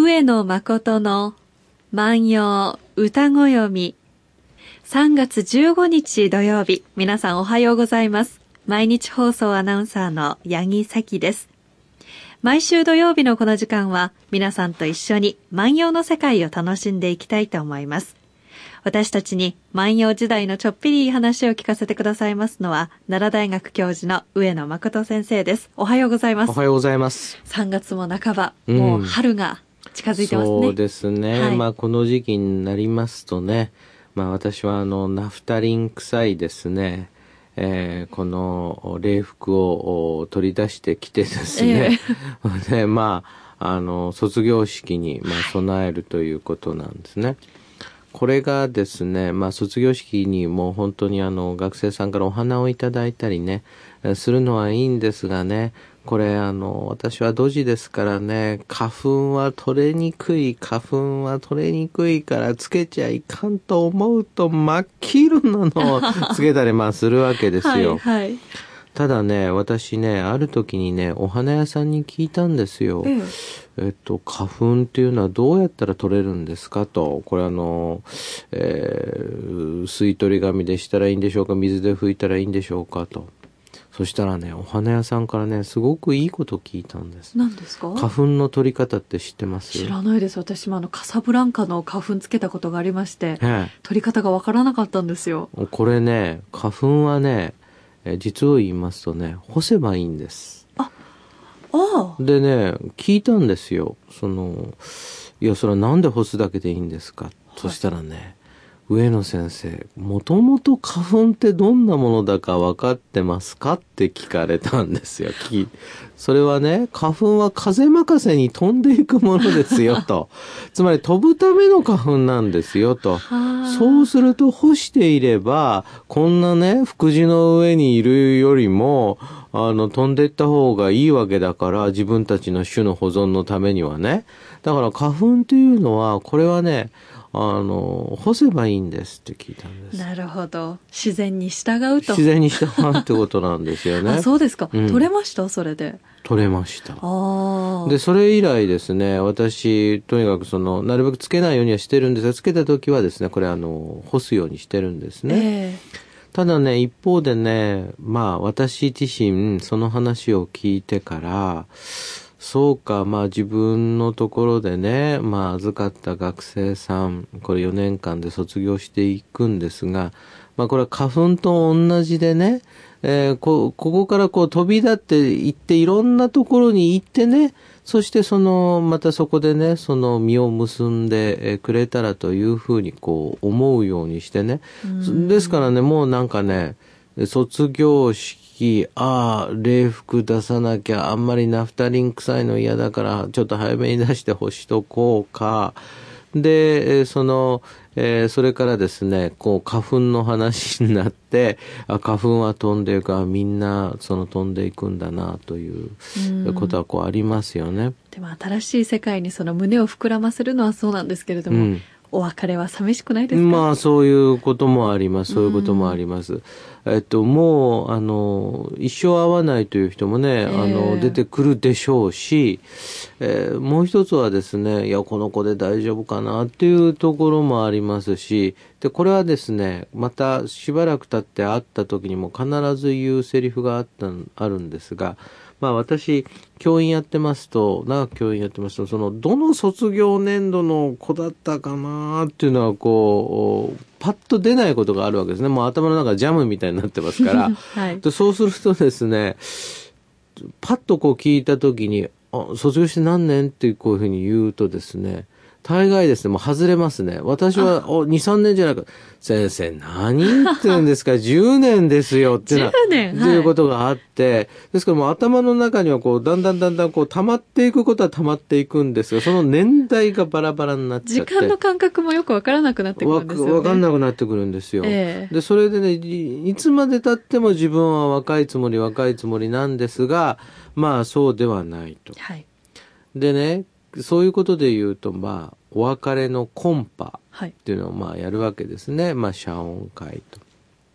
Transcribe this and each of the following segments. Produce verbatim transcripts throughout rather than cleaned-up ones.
上野誠の万葉歌ご読み。さんがつじゅうごにち土曜日、皆さんおはようございます。毎日放送アナウンサーの八木咲です。毎週土曜日のこの時間は、皆さんと一緒に万葉の世界を楽しんでいきたいと思います。私たちに万葉時代のちょっぴりいい話を聞かせてくださいますのは、奈良大学教授の上野誠先生です。おはようございます。 おはようございます。 さんがつも半ば、もう春が近づいてますね。 そうですね。はい、まあこの時期になりますとね、まあ私はあのナフタリン臭いですね、えー、この礼服を取り出してきてですね、えー、でまああの卒業式にまあ備えるということなんですね。はい、これがですね、まあ卒業式にもう本当にあの学生さんからお花をいただいたりね、するのはいいんですがね、これあの私はドジですからね、花粉は取れにくい、花粉は取れにくいからつけちゃいかんと思うと真っ黄色なのをつけたりまあするわけですよ。はいはい、ただね、私ね、ある時にね、お花屋さんに聞いたんですよ。えええっと、花粉っていうのはどうやったら取れるんですかと。これあの、えー、吸い取り紙でしたらいいんでしょうか、水で拭いたらいいんでしょうかと。そしたらね、お花屋さんからね、すごくいいこと聞いたんです。 何ですか？ 花粉の取り方って知ってます？ 知らないです。私もあのカサブランカの花粉つけたことがありまして、ええ、取り方がわからなかったんですよ。 これね、花粉はね、え実を言いますとね、干せばいいんです。 あ、ああ。 でね、聞いたんですよ。その、いや、それはなんで干すだけでいいんですか？はい、そしたらね、上野先生、もともと花粉ってどんなものだか分かってますかって聞かれたんですよ。それはね、花粉は風任せに飛んでいくものですよと。つまり飛ぶための花粉なんですよと。そうすると干していれば、こんなね、福地の上にいるよりも、あの、飛んでいった方がいいわけだから、自分たちの種の保存のためにはね。だから花粉っていうのは、これはね、あの、干せばいいんですって聞いたんです。 なるほど。自然に従うと。 自然に従うってことなんですよね。 あ、そうですか。うん、取れましたそれで。 取れました。 あで、それ以来ですね、私、とにかくその、なるべくつけないようにはしてるんですが、つけた時はですね、これあの、干すようにしてるんですね。えー、ただね、一方でね、まあ、私自身、その話を聞いてから、そうか、まあ自分のところでね、まあ預かった学生さん、これよねんかんで卒業していくんですが、まあこれは花粉と同じでね、えー、こ, ここからこう飛び立っていっていろんなところに行ってね、そしてその、またそこでね、その実を結んでくれたらというふうにこう思うようにしてね。ですからね、もうなんかね、卒業式、ああ、礼服出さなきゃ、あんまりナフタリン臭いの嫌だから、ちょっと早めに出して干しとこうか。で、その、えー、それからですね、こう、花粉の話になって、あ、花粉は飛んでいく、あ、みんな、その飛んでいくんだな、ということはこうありますよね。 でも新しい世界にその胸を膨らませるのはそうなんですけれども、うん、お別れは寂しくないですか？ まあそういうこともあります。そういうこともあります。えっともうあの一生会わないという人もね、えー、あの出てくるでしょうし、えー、もう一つはですね、いやこの子で大丈夫かなっていうところもありますし、でこれはですね、またしばらく経って会った時にも必ず言うセリフがあったあるんですが。まあ私、教員やってますと、長く教員やってますと、その、どの卒業年度の子だったかなっていうのは、こう、パッと出ないことがあるわけですね。もう頭の中ジャムみたいになってますから。はい、でそうするとですね、パッとこう聞いたときに、あ、卒業して何年ってこういうふうに言うとですね、大概ですね、もう外れますね。私は、お、に、さんねんじゃないか。先生、何言ってるんですかじゅうねんですよっていうのは、 じゅうねん、 っていうことがあって、ですからもう頭の中にはこう、だんだんだんだんこう、溜まっていくことは溜まっていくんですが、その年代がバラバラになっちゃって。 時間の感覚もよくわからなくなってくるんですよね。 わかんなくなってくるんですよ。えー、で、それでね、いつまで経っても自分は若いつもり若いつもりなんですが、まあそうではないと。はい、でね、そういうことで言うと、まあ、お別れのコンパっていうのをまあやるわけですね。まあ、謝恩会と。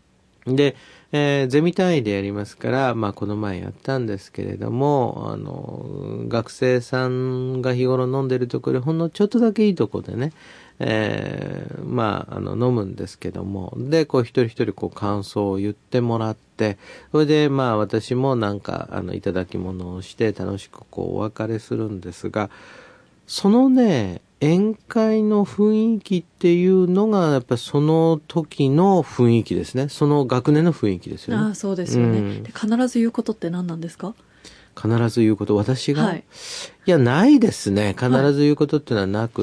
で、えー、ゼミ単位でやりますから、まあこの前やったんですけれども、あの、学生さんが日頃飲んでるところでほんのちょっとだけいいとこでね、えー、まあ、あの、飲むんですけども、で、こう一人一人こう感想を言ってもらって、それでまあ私もなんか、あの、いただき物をして楽しくこうお別れするんですが、そのね、宴会の雰囲気っていうのが、やっぱりその時の雰囲気ですね。その学年の雰囲気ですよね。 ああ、そうですよね、うん、で。必ず言うことって何なんですか？ 必ず言うこと、私が、はい、いや、ないですね。必ず言うことっていうのはなくって、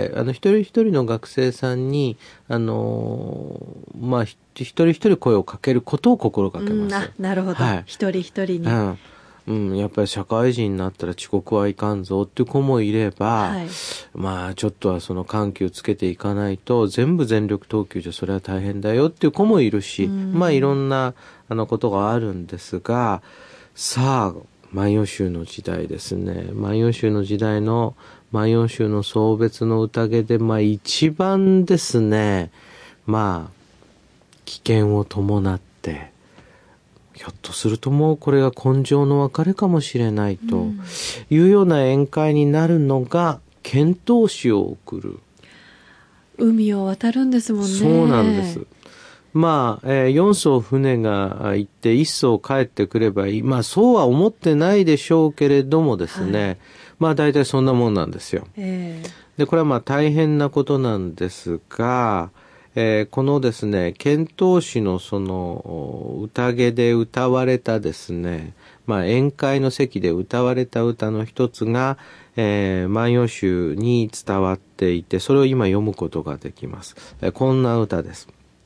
はい、あの、一人一人の学生さんに、あのー、まあ、一人一人声をかけることを心がけます。うん、 あ、なるほど。はい、一人一人に。 うんうん、やっぱり社会人になったら遅刻はいかんぞっていう子もいれば、はい、まあちょっとはその緩急つけていかないと全部全力投球じゃそれは大変だよっていう子もいるし、まあいろんなあのことがあるんですが、さあ万葉集の時代ですね。万葉集の時代の万葉集の送別の宴で、まあ一番ですね、まあ危険を伴ってひょっとするともうこれが今生の別れかもしれないというような宴会になるのが遣唐使を送る。 海を渡るんですもんね。 そうなんです。まあ、えー、よん艘船が行っていっ艘帰ってくればいい。まあそうは思ってないでしょうけれどもですね。はい、まあ大体そんなもんなんですよ。えー、で、これはまあ大変なことなんですが、えー、このですね、遣唐使のその宴で歌われたですね、まあ宴会の席で歌われた歌の一つが、えー、万葉集に伝わっていて、それを今読むことができます。えー、こんな歌です。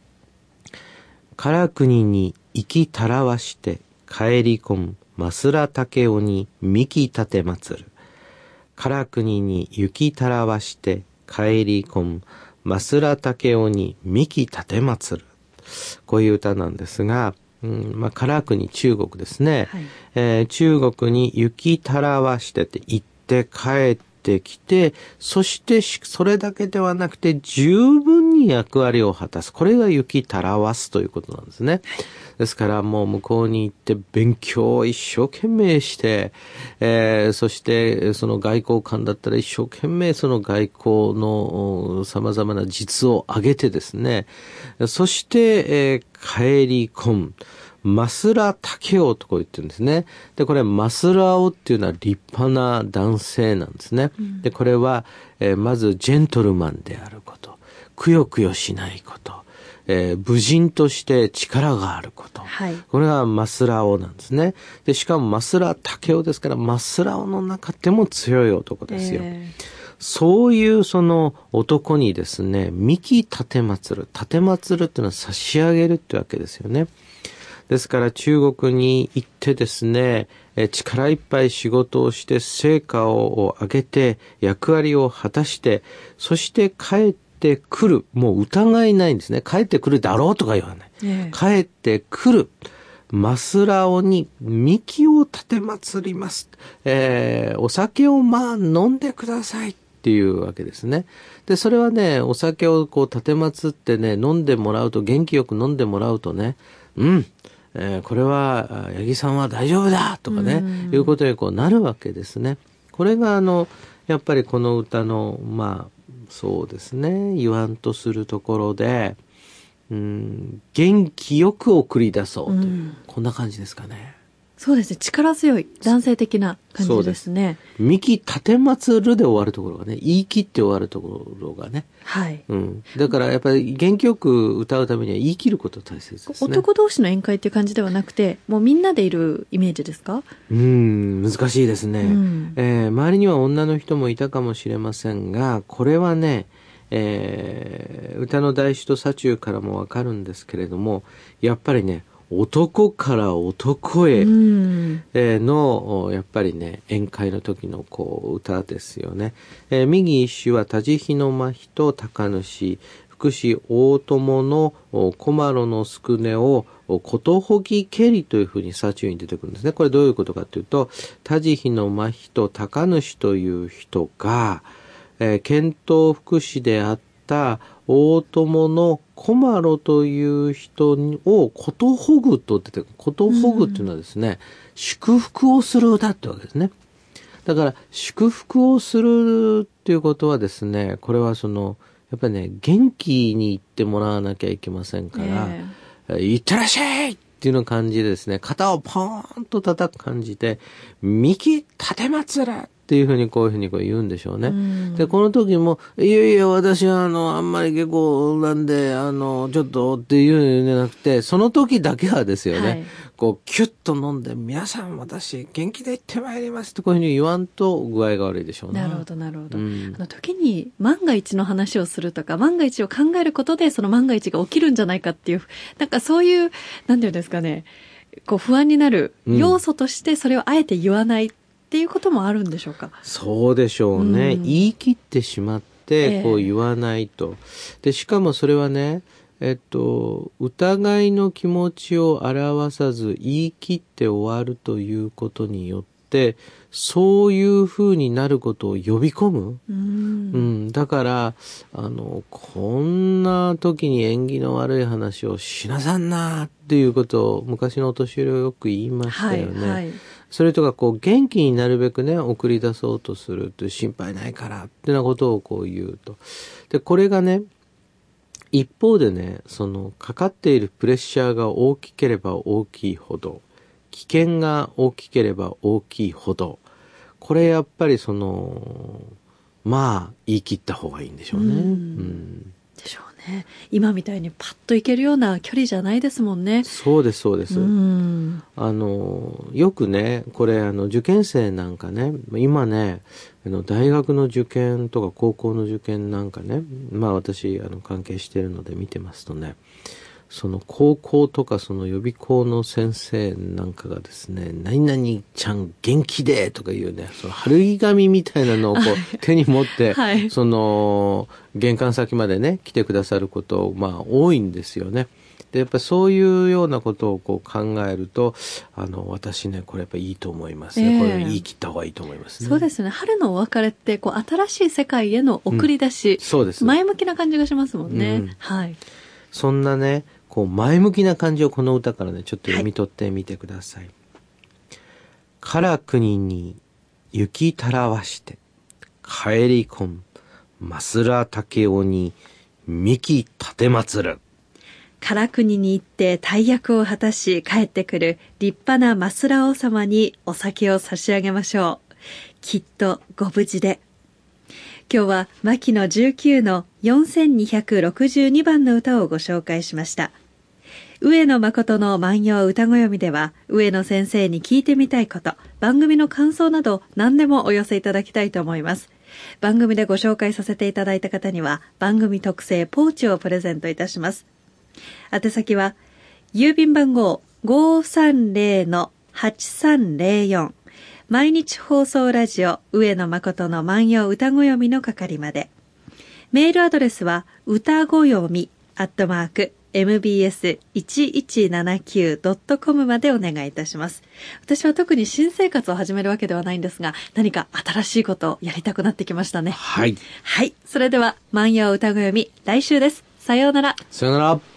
唐国に行きたらわして帰り込む増竹雄に幹立て祭る。唐国に行きたらわして帰り込む増竹雄に幹立て祭る。こういう歌なんですが、うんまあ、唐国中国ですね、はい、えー、中国に行きたらわしてって行って帰ってきて、そしてそれだけではなくて十分に役割を果たす。これが行きたらわすということなんですね。ですからもう向こうに行って勉強を一生懸命して、えー、そしてその外交官だったら一生懸命その外交の様々な実を上げてですね、そして、えー、帰り込む。マスラ竹雄とこう言ってるんですね。で、これマスラオっていうのは立派な男性なんですね。うん、で、これは、えー、まずジェントルマンであること、くよくよしないこと、えー、武人として力があること。はい、これがマスラオなんですね。で、しかもマスラ竹雄ですから、マスラオの中でも強い男ですよ。えー、そういうその男にですね、幹立て祭る。立て祭るっていうのは差し上げるってわけですよね。ですから中国に行ってですね、力いっぱい仕事をして成果を上げて役割を果たして、そして帰ってくる。もう疑いないんですね。帰ってくるだろうとか言わない。ええ、帰ってくる。マスラオに幹を立て祭ります。えー、お酒をまあ飲んでくださいっていうわけですね。で、それはね、お酒をこう立て祭ってね、飲んでもらうと、元気よく飲んでもらうとね、うん。えー、これは八木さんは大丈夫だとかね、いうことにこうなるわけですね。これがあのやっぱりこの歌のまあそうですね、言わんとするところで、うん、元気よく送り出そうという、うん、こんな感じですかね。 そうですね、力強い男性的な感じですね。 幹立て祭るで終わるところがね、言い切って終わるところがね。はい。うん。だからやっぱり元気よく歌うためには言い切ること大切ですね。 男同士の宴会っていう感じではなくて、もうみんなでいるイメージですか？ うん、難しいですね。うん、えー、周りには女の人もいたかもしれませんが、これはね、えー、歌の題詞と左中からもわかるんですけれども、やっぱりね、男から男へのやっぱりね宴会の時のこう歌ですよね。えー、右一首は田地日の真人高主福祉大友の小麻のすくねをことほぎけりというふうに左中に出てくるんですね。これどういうことかというと、田地日の真人高主という人が、えー、遣唐福祉であった大友の小麻という人をことほぐとって言って、ことほぐっていうのはですね、うん、祝福をする歌ってわけですね。だから祝福をするっていうことはですね、これはそのやっぱりね、元気に言ってもらわなきゃいけませんから、えー、いってらっしゃいっていうの感じでですね、肩をポーンと叩く感じで、幹立てまつるっていうふうにこういうふうにこう言うんでしょうね。うん、で、この時も、いやいや、私はあの、あんまり結構なんで、あの、ちょっとっていうんじゃなくて、その時だけはですよね、はい、こう、キュッと飲んで、皆さん私、元気で行ってまいりますってこういうふうに言わんと具合が悪いでしょうね。 なるほど、なるほど。うん、あの時に万が一の話をするとか、万が一を考えることで、その万が一が起きるんじゃないかっていう、なんかそういう、なんていうんですかね、こう不安になる要素としてそれをあえて言わないっていうこともあるんでしょうか。 うん、そうでしょうね。うん、言い切ってしまって、こう言わないと。えー、で、しかもそれはね、えっと、疑いの気持ちを表さず言い切って終わるということによって、そういう風になることを呼び込む。うん、うん、だから、あの、こんな時に縁起の悪い話をしなさんなっていうことを昔のお年寄りはよく言いましたよね。はいはい、それとか、こう、元気になるべくね、送り出そうとするという心配ないからってなことをこう言うと。で、これがね、一方でね、そのかかっているプレッシャーが大きければ大きいほど、危険が大きければ大きいほど、これやっぱりその、まあ言い切った方がいいんでしょうね。うん、うん、 でしょうね。今みたいにパッといけるような距離じゃないですもんね。 そうですそうです。うん、あのよくね、これあの受験生なんかね、今ね、あの大学の受験とか高校の受験なんかね、まあ私あの関係しているので見てますとね、その高校とかその予備校の先生なんかがですね、何々ちゃん元気でとかいうね、その貼り紙みたいなのをこう手に持って、はい、その玄関先までね来てくださることまあ多いんですよね。でやっぱりそういうようなことをこう考えると、あの私ねこれやっぱいいと思いますね。えー、これ言い切った方がいいと思いますね。 そうですね。春のお別れってこう新しい世界への送り出し、うん、 そうです。 前向きな感じがしますもんね。うん、はい。 そんなね。こう前向きな感じをこの歌からねちょっと読み取ってみてください。はい、から国に雪たらわして帰り込むマスラ竹雄に幹立てまつる。 から国に行って大役を果たし帰ってくる立派なマスラ王様にお酒を差し上げましょう。きっとご無事で。今日は牧野じゅうきゅうのよんせんにひゃくろくじゅうにばんの歌をご紹介しました。上野誠の万葉歌ごよみでは、上野先生に聞いてみたいこと、番組の感想など何でもお寄せいただきたいと思います。番組でご紹介させていただいた方には、番組特製ポーチをプレゼントいたします。宛先は、郵便番号 ごーさんぜろのはちさんぜろよん、毎日放送ラジオ上野誠の万葉歌ごよみの係まで。メールアドレスは歌ごよみアットマーク エムビーエスいちいちななきゅうドットコム までお願いいたします。私は特に新生活を始めるわけではないんですが、何か新しいことをやりたくなってきましたね。 はい。 はい。それでは万葉歌ごよみ来週です。さようなら。 さようなら。